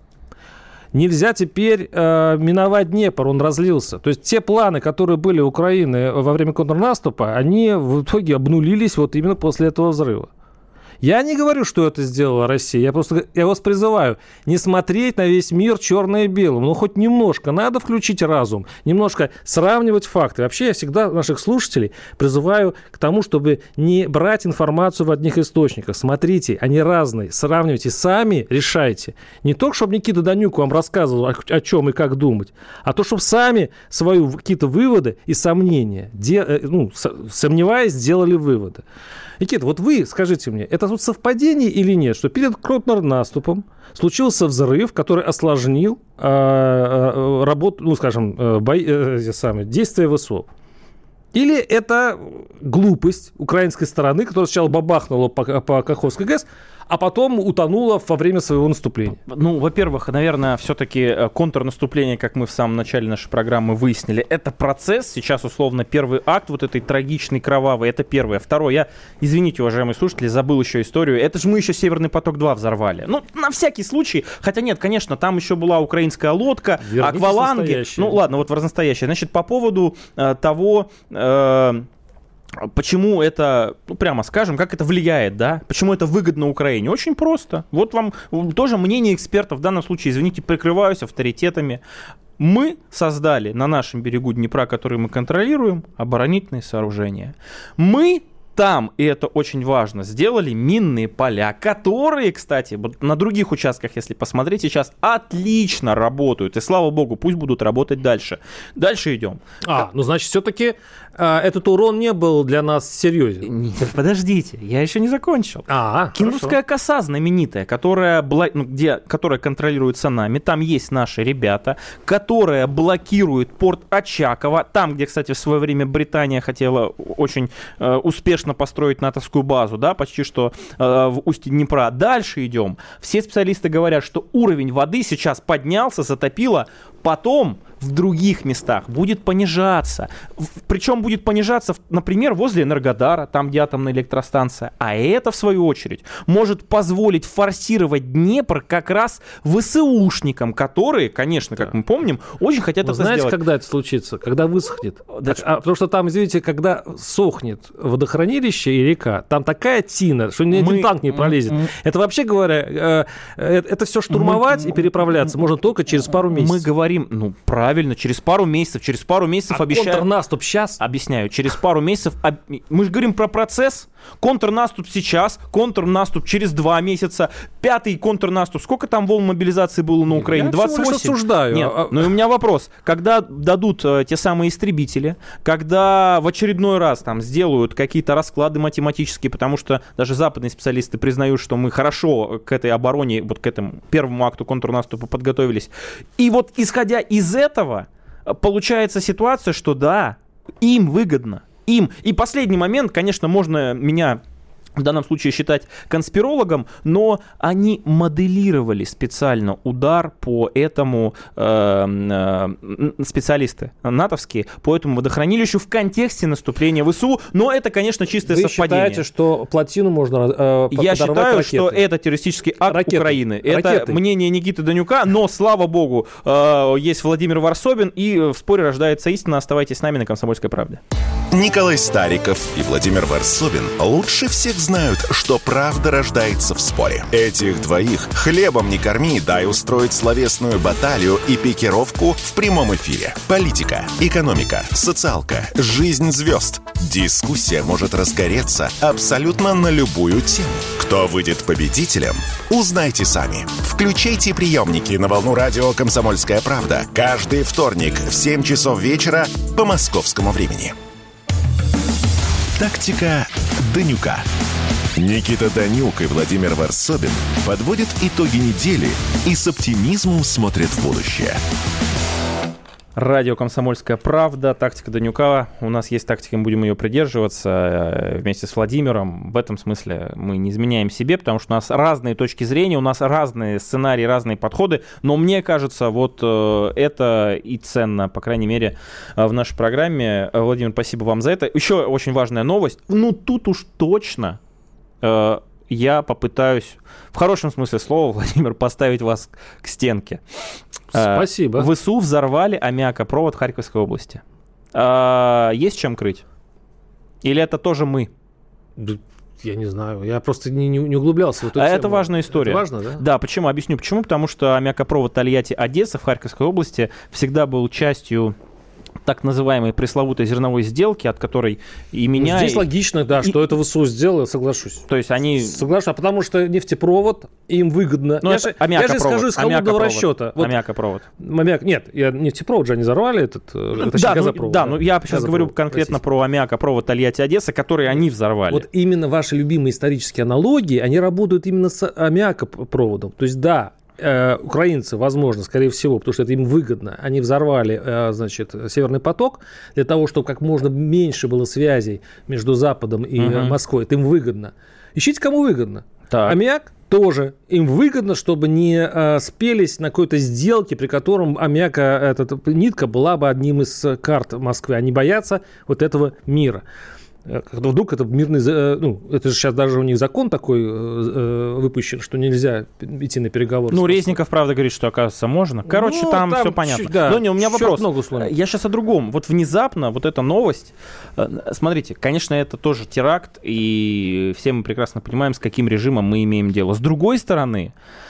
Нельзя теперь э, миновать Днепр, он разлился. То есть те планы, которые были у Украины во время контрнаступа, они в итоге обнулились вот именно после этого взрыва. Я не говорю, что это сделала Россия. Я просто я вас призываю не смотреть на весь мир черное и белым. Но хоть немножко надо включить разум, немножко сравнивать факты. Вообще я всегда наших слушателей призываю к тому, чтобы не брать информацию в одних источниках. Смотрите, они разные. Сравнивайте, сами решайте. Не только, чтобы Никита Данюк вам рассказывал, о, о чем и как думать, а то, чтобы сами свои какие-то выводы и сомнения, де, ну, сомневаясь, сделали выводы. Никита, вот вы скажите мне, это тут совпадение или нет, что перед контрнаступом случился взрыв, который осложнил э, э, работу, ну, скажем, э, бо, э, самые, действия ВСУ? Или это глупость украинской стороны, которая сначала бабахнула по, по Каховской ГЭС, а потом утонула во время своего наступления? Ну, во-первых, наверное, все-таки контрнаступление, как мы в самом начале нашей программы выяснили, это процесс. Сейчас, условно, первый акт вот этой трагичной, кровавой, это первое. Второе, я, извините, уважаемые слушатели, забыл еще историю. Это же мы еще Северный поток-два взорвали. Ну, на всякий случай. Хотя нет, конечно, там еще была украинская лодка, вернитесь акваланги. Ну, ладно, вот в настоящее. Значит, по поводу э, того... Э, Почему это, ну, прямо скажем, как это влияет, да? Почему это выгодно Украине? Очень просто. Вот вам тоже мнение экспертов, в данном случае, извините, прикрываюсь авторитетами. Мы создали на нашем берегу Днепра, который мы контролируем, оборонительные сооружения. Мы там, и это очень важно, сделали минные поля, которые, кстати, на других участках, если посмотреть, сейчас отлично работают. И слава богу, пусть будут работать дальше. Дальше идем. А, ну значит, все-таки э, этот урон не был для нас серьезен. Нет, подождите, я еще не закончил. А, Киндурская коса знаменитая, которая, бла... ну, где... которая контролируется нами, там есть наши ребята, которая блокирует порт Очаково, там, где, кстати, в свое время Британия хотела очень э, успешно построить натовскую базу, да, почти что э, в устье Днепра. Дальше идем. Все специалисты говорят, что уровень воды сейчас поднялся, затопило, потом в других местах будет понижаться. Причем будет понижаться, например, возле Энергодара, там, где атомная электростанция. А это, в свою очередь, может позволить форсировать Днепр как раз ВСУшникам, которые, конечно, как да. мы помним, очень хотят Вы это знаете, сделать. Когда это случится? Когда высохнет. Да, так, а, потому что там, извините, когда сохнет водохранилище и река, там такая тина, что ни один мы, танк не пролезет. Мы, это, вообще говоря, э, э, это все штурмовать мы, и переправляться мы, можно только через пару месяцев. Мы говорим, ну, правильно, через пару месяцев, через пару месяцев а обещаю... контрнаступ сейчас? Объясняю, через пару месяцев... Об... Мы же говорим про процесс. Контрнаступ сейчас, контрнаступ через два месяца, пятый контрнаступ. Сколько там волн мобилизации было на Украине? Я двадцать восемь? Я осуждаю. Нет, а... ну и у меня вопрос. Когда дадут э, те самые истребители, когда в очередной раз там сделают какие-то расклады математические, потому что даже западные специалисты признают, что мы хорошо к этой обороне, вот к этому первому акту контрнаступа подготовились. И вот исходя из этого, получается ситуация, что да, Им выгодно. Им. И последний момент, конечно, можно меня в данном случае считать конспирологом, но они моделировали специально удар по этому, э, э, специалисты натовские, по этому водохранилищу в контексте наступления ВСУ, но это, конечно, чистое Вы совпадение. Вы считаете, что плотину можно э, Я считаю, ракетой? что это террористический акт Ракетой. Украины. Ракетой. Это мнение Никиты Данюка, но, слава богу, э, есть Владимир Варсобин, и в споре рождается истина. Оставайтесь с нами на «Комсомольской правде». Николай Стариков и Владимир Варсобин лучше всех знают, что правда рождается в споре. Этих двоих хлебом не корми, дай устроить словесную баталию и пикировку в прямом эфире. Политика, экономика, социалка, жизнь звезд. Дискуссия может разгореться абсолютно на любую тему. Кто выйдет победителем, узнайте сами. Включайте приемники на волну радио «Комсомольская правда» каждый вторник в семь часов вечера по московскому времени. Тактика Данюка. Никита Данюк и Владимир Варсобин подводят итоги недели и с оптимизмом смотрят в будущее. Радио «Комсомольская правда», тактика Данюка. У нас есть тактика, мы будем ее придерживаться вместе с Владимиром. В этом смысле мы не изменяем себе, потому что у нас разные точки зрения, у нас разные сценарии, разные подходы. Но мне кажется, вот это и ценно, по крайней мере, в нашей программе. Владимир, спасибо вам за это. Еще очень важная новость. Ну, тут уж точно я попытаюсь, в хорошем смысле слова, Владимир, поставить вас к стенке. Спасибо. ВСУ взорвали аммиакопровод в Харьковской области. А, есть чем крыть? Или это тоже мы? Я не знаю, я просто не, не, не углублялся в эту а тему. Это важная история. Это важно, да? Да, почему? Объясню. Почему? Потому что аммиакопровод Тольятти-Одесса в Харьковской области всегда был частью так называемой пресловутой зерновой сделки, от которой и меня... Здесь и... логично, да, и... что это ВСУ сделало, соглашусь. То есть они... Соглашусь, а потому что нефтепровод им выгодно. Ну, я, это же, я же скажу из холодного расчета. Вот... Аммиакопровод. Аммиак... Нет, я... нефтепровод же они взорвали, этот, ну, это да, газопровод. Ну, да, да, ну я сейчас говорю конкретно российский. Про аммиакопровод Тольятти-Одесса, который они взорвали. Вот именно ваши любимые исторические аналогии, они работают именно с аммиакопроводом. То есть, да, Э, украинцы, возможно, скорее всего, потому что это им выгодно, они взорвали, э, значит, Северный поток для того, чтобы как можно меньше было связей между Западом и угу. Москвой. Это им выгодно. Ищите, кому выгодно. Так. Аммиак тоже им выгодно, чтобы не э, спелись на какой-то сделке, при котором аммиака, эта нитка была бы одним из карт Москвы. Они боятся вот этого мира. Когда вдруг это мирный... Ну, это же сейчас даже у них закон такой э, выпущен, что нельзя идти на переговоры. Ну, Резников, правда, говорит, что, оказывается, можно. Короче, ну, там, там все понятно. Чуть, да, Но не, у меня вопрос. Я сейчас о другом. Вот внезапно вот эта новость... Смотрите, конечно, это тоже теракт, и все мы прекрасно понимаем, с каким режимом мы имеем дело. С другой стороны...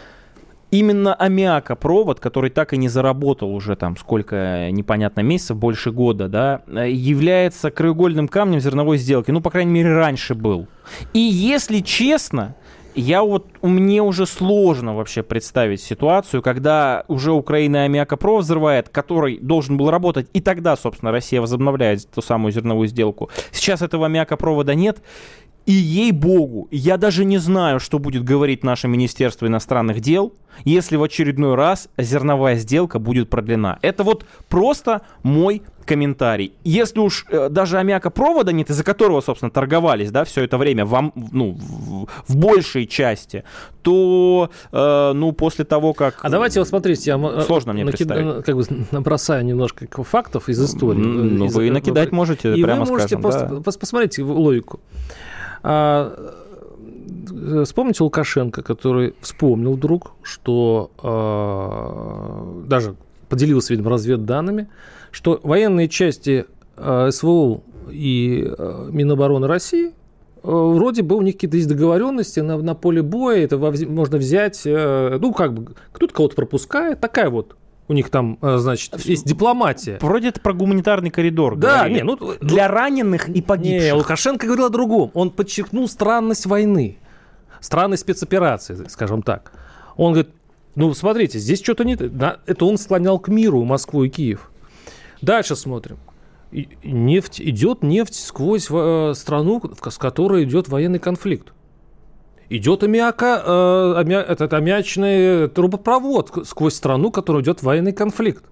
Именно аммиакопровод, который так и не заработал уже там сколько, непонятно, месяцев, больше года, да, является краеугольным камнем зерновой сделки. Ну, по крайней мере, раньше был. И если честно, я вот, мне уже сложно вообще представить ситуацию, когда уже Украина аммиакопровод взрывает, который должен был работать, и тогда, собственно, Россия возобновляет ту самую зерновую сделку. Сейчас этого аммиакопровода нет. И ей-богу, я даже не знаю, что будет говорить наше Министерство иностранных дел, если в очередной раз зерновая сделка будет продлена. Это вот просто мой комментарий. Если уж э, даже аммиакопровода нет, из-за которого, собственно, торговались, да, все это время в, ну, в, в большей части, то, э, ну, после того, как... А давайте, вот смотрите, я сложно мне накид... представить. Как бы набросаю немножко фактов из истории. Ну, из... вы накидать можете, и прямо вы можете скажем. Просто... Да. Посмотрите логику. А, вспомните Лукашенко, который вспомнил вдруг, что а, даже поделился, видимо, разведданными, что военные части а, СВО и а, Минобороны России а, вроде бы у них какие-то есть договоренности на, на поле боя, это можно взять, а, ну, как бы, кто-то кого-то пропускает, такая вот. У них там, значит, есть дипломатия. Вроде это про гуманитарный коридор. Да, не, ну, для раненых и погибших. Не, Лукашенко говорил о другом. Он подчеркнул странность войны, странность спецоперации, скажем так. Он говорит, ну, смотрите, здесь что-то не... Да, это он склонял к миру Москву и Киев. Дальше смотрим. И нефть, идет нефть сквозь э, страну, с которой идет военный конфликт. Идет аммиака, э, аммиа, этот аммиачный трубопровод сквозь страну, в которой идет военный конфликт.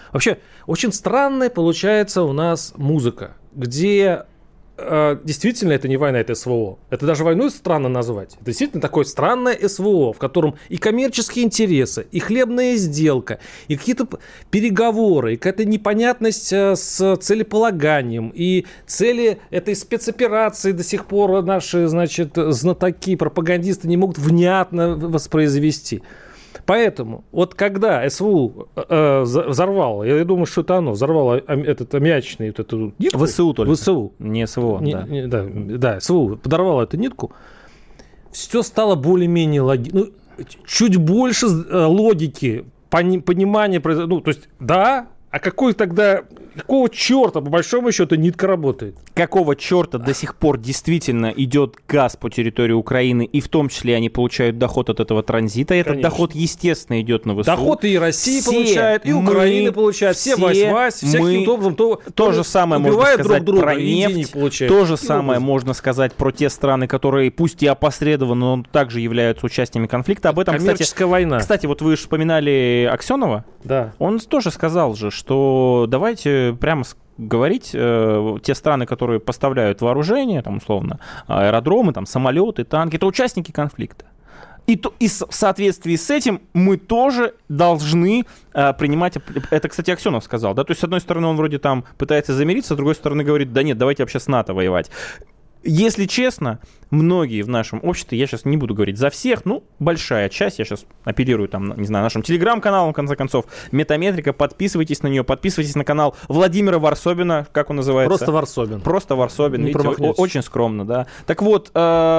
Вообще, очень странная получается у нас музыка, где э, действительно это не война, это СВО. Это даже войной странно назвать. Это действительно такое странное СВО, в котором и коммерческие интересы, и хлебная сделка, и какие-то переговоры, и какая-то непонятность э, с целеполаганием, и цели этой спецоперации до сих пор наши, значит, знатоки, пропагандисты не могут внятно воспроизвести. Поэтому, вот когда СВУ э, взорвало, я думаю, что это оно, взорвало этот аммиачный вот эту нитку. ВСУ только. ВСУ. Не СВО, не, да. Не, да. Да, СВУ подорвало эту нитку. Все стало более-менее логично. Ну, чуть больше логики, пони, понимания. Ну, то есть, да, а какой тогда... Какого черта, по большому счету, нитка работает? Какого черта до сих пор действительно идет газ по территории Украины, и в том числе они получают доход от этого транзита? Этот Конечно. Доход, естественно, идет на ВСУ. Доход и Россия все получает, и Украина получает, все вась-вась, всяким образом. То, то же самое можно сказать друг друга, про нефть, то же самое образом. можно сказать про те страны, которые, пусть и опосредованно, но также являются участниками конфликта. Об этом, коммерческая кстати, война. Кстати, вот вы же вспоминали Аксенова. Да. Он тоже сказал же, что давайте прямо говорить, э, те страны, которые поставляют вооружение, там, условно, аэродромы, там, самолеты, танки, это участники конфликта. И, то, и в соответствии с этим мы тоже должны э, принимать... Это, кстати, Аксенов сказал, да? То есть, с одной стороны, он вроде там пытается замириться, с другой стороны, говорит, да нет, давайте вообще с НАТО воевать. Если честно, многие в нашем обществе, я сейчас не буду говорить за всех, ну, большая часть, я сейчас апеллирую там, не знаю, нашим телеграм-каналам, в конце концов, Метаметрика, подписывайтесь на нее, подписывайтесь на канал Владимира Варсобина, как он называется? Просто Варсобин. Просто Варсобин, видите, очень скромно, да. Так вот,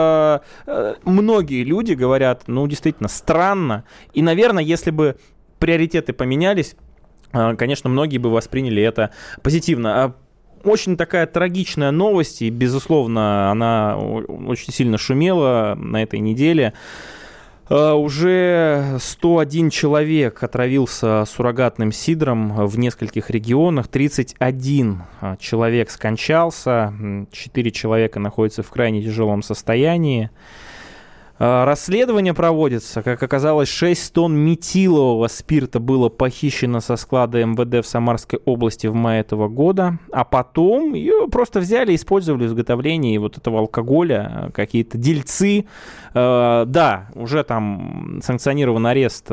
многие люди говорят, ну, действительно, странно, и, наверное, если бы приоритеты поменялись, конечно, многие бы восприняли это позитивно. Очень такая трагичная новость, и, безусловно, она очень сильно шумела на этой неделе. Уже сто один человек отравился суррогатным сидром в нескольких регионах, тридцать один человек скончался, четыре человека находятся в крайне тяжелом состоянии. Расследование проводится. Как оказалось, шесть тонн метилового спирта было похищено со склада эм вэ дэ в Самарской области в мае этого года. А потом ее просто взяли и использовали в изготовлении вот этого алкоголя. Какие-то дельцы. Да, уже там санкционирован арест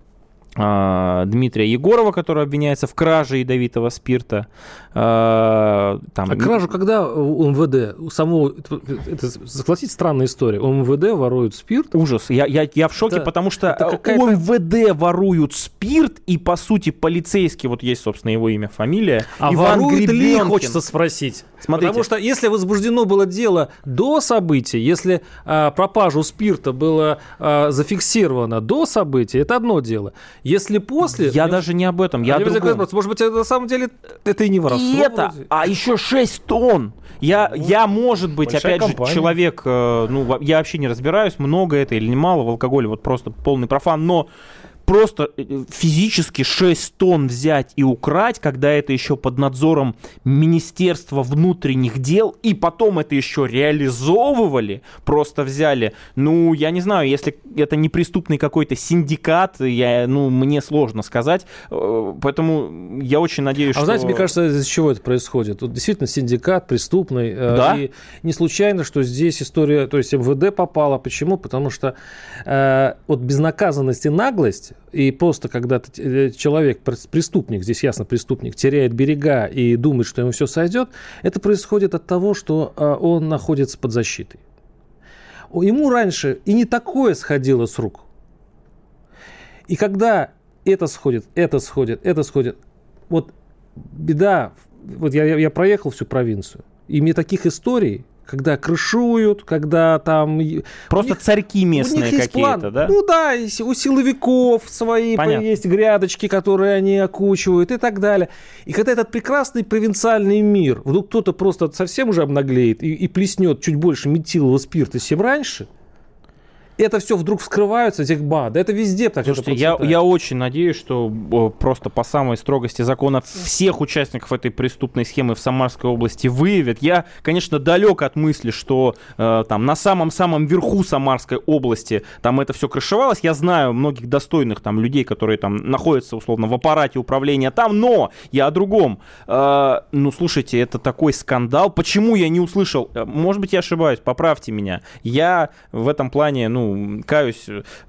Дмитрия Егорова, который обвиняется в краже ядовитого спирта. Там... А кражу когда у эм вэ дэ? У самого... Это, согласитесь, странная история. У эм вэ дэ воруют спирт? Ужас. Я, я, я в шоке, это, потому что у эм вэ дэ воруют спирт, и, по сути, полицейский, вот есть, собственно, его имя, фамилия. А Иван ворует Гребенкин. ли, хочется спросить. Смотрите. Потому что если возбуждено было дело до событий, если а, пропажу спирта было а, зафиксировано до событий, это одно дело. Если после... Я даже не об этом, я о другом. Может быть, на самом деле это и не воровство. И это, а еще шесть тонн. Я, ну, я, может быть, опять компания. же, человек, ну, я вообще не разбираюсь, много это или мало в алкоголе, вот просто полный профан, но просто физически шесть тонн взять и украть, когда это еще под надзором Министерства внутренних дел, и потом это еще реализовывали, просто взяли, ну, я не знаю, если это не преступный какой-то синдикат, я, ну, мне сложно сказать, поэтому я очень надеюсь, а что... А знаете, мне кажется, из-за чего это происходит? Вот действительно синдикат преступный, да? И не случайно, что здесь история, то есть эм вэ дэ попала. Почему? Потому что э, вот безнаказанность и наглость, и просто когда человек, преступник, здесь ясно преступник, теряет берега и думает, что ему все сойдет, это происходит от того, что он находится под защитой. Ему раньше и не такое сходило с рук. И когда это сходит, это сходит, это сходит, вот беда, вот я, я проехал всю провинцию, и мне таких историй, когда крышуют, когда там... Просто них, царьки местные какие-то, да? Ну да, у силовиков свои Понятно. есть грядочки, которые они окучивают и так далее. И когда этот прекрасный провинциальный мир, вдруг кто-то просто совсем уже обнаглеет и, и плеснет чуть больше метилового спирта, чем раньше, это все вдруг вскрываются, техба, да это везде так. Слушайте, я, я очень надеюсь, что просто по самой строгости закона всех участников этой преступной схемы в Самарской области выявят. Я, конечно, далек от мысли, что э, там на самом-самом верху Самарской области там это все крышевалось. Я знаю многих достойных там людей, которые там находятся условно в аппарате управления там, но я о другом. Э, ну, слушайте, это такой скандал. Почему я не услышал? Может быть, я ошибаюсь, поправьте меня. Я в этом плане, ну, каюсь,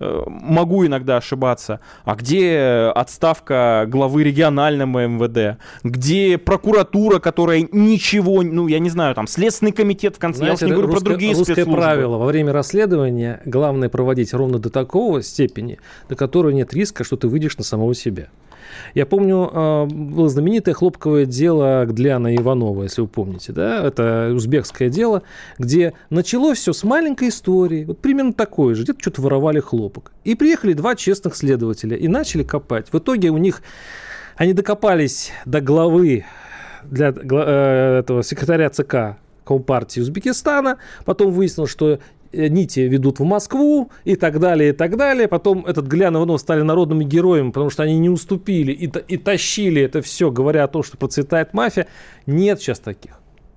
могу иногда ошибаться. А где отставка главы регионального эм вэ дэ? Где прокуратура, которая ничего, ну, я не знаю, там, Следственный комитет, в конце, Знаете, я уж не говорю русское, про другие русское спецслужбы. правило: во время расследования главное проводить ровно до такого степени, до которой нет риска, что ты выйдешь на самого себя. Я помню, было знаменитое хлопковое дело Гдляна Иванова, если вы помните, да, это узбекское дело, где началось все с маленькой истории, вот примерно такой же, где-то что-то воровали хлопок. И приехали два честных следователя и начали копать. В итоге у них, они докопались до главы, для э, этого секретаря ЦК Компартии Узбекистана, потом выяснилось, что нити ведут в Москву и так далее, и так далее. Потом этот Гдлян и Иванов стали народными героями, потому что они не уступили и, и тащили это все, говоря о том, что процветает мафия. Нет сейчас таких.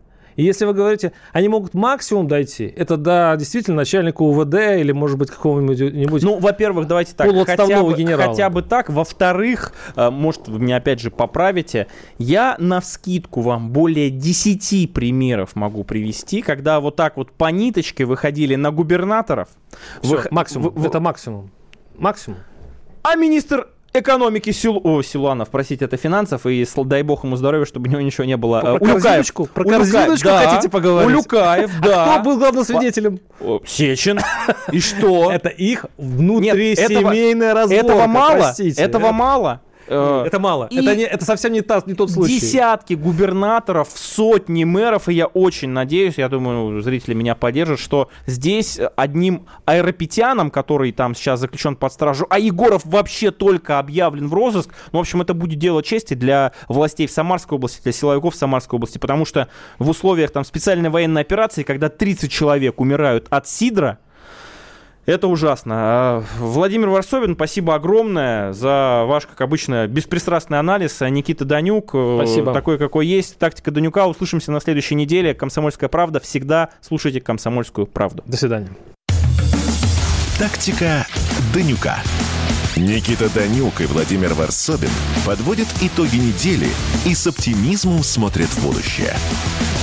И если вы говорите, они могут максимум дойти, это до действительно начальника у вэ дэ или, может быть, какого-нибудь... Ну, во-первых, давайте так, хотя бы, хотя бы так. Во-вторых, может, вы меня опять же поправите, я навскидку вам более десяти примеров могу привести, когда вот так вот по ниточке выходили на губернаторов. Все, вы... максимум, вы... это максимум. Максимум. А министр... экономики Сил... О, Силуанов, простите, это финансов, и дай бог ему здоровья, чтобы у него ничего не было. Про Улюкаев. корзиночку, про корзиночку да. хотите поговорить? Улюкаев, да. А кто был главным свидетелем? Сечин. И что? Это их внутрисемейная разборка. Этого мало? Этого мало? Это мало. Это, не, это совсем не, та, не тот случай. Десятки губернаторов, сотни мэров, и я очень надеюсь, я думаю, зрители меня поддержат, что здесь одним айропетяном, который там сейчас заключен под стражу, а Егоров вообще только объявлен в розыск, ну, в общем, это будет дело чести для властей в Самарской области, для силовиков в Самарской области, потому что в условиях там специальной военной операции, когда тридцать человек умирают от сидра, это ужасно. Владимир Варсобин, спасибо огромное за ваш, как обычно, беспристрастный анализ. Никита Данюк, спасибо. Такой, какой есть. Тактика Данюка. Услышимся на следующей неделе. «Комсомольская правда». Всегда слушайте «Комсомольскую правду». До свидания. Тактика Данюка. Никита Данюк и Владимир Варсобин подводят итоги недели и с оптимизмом смотрят в будущее.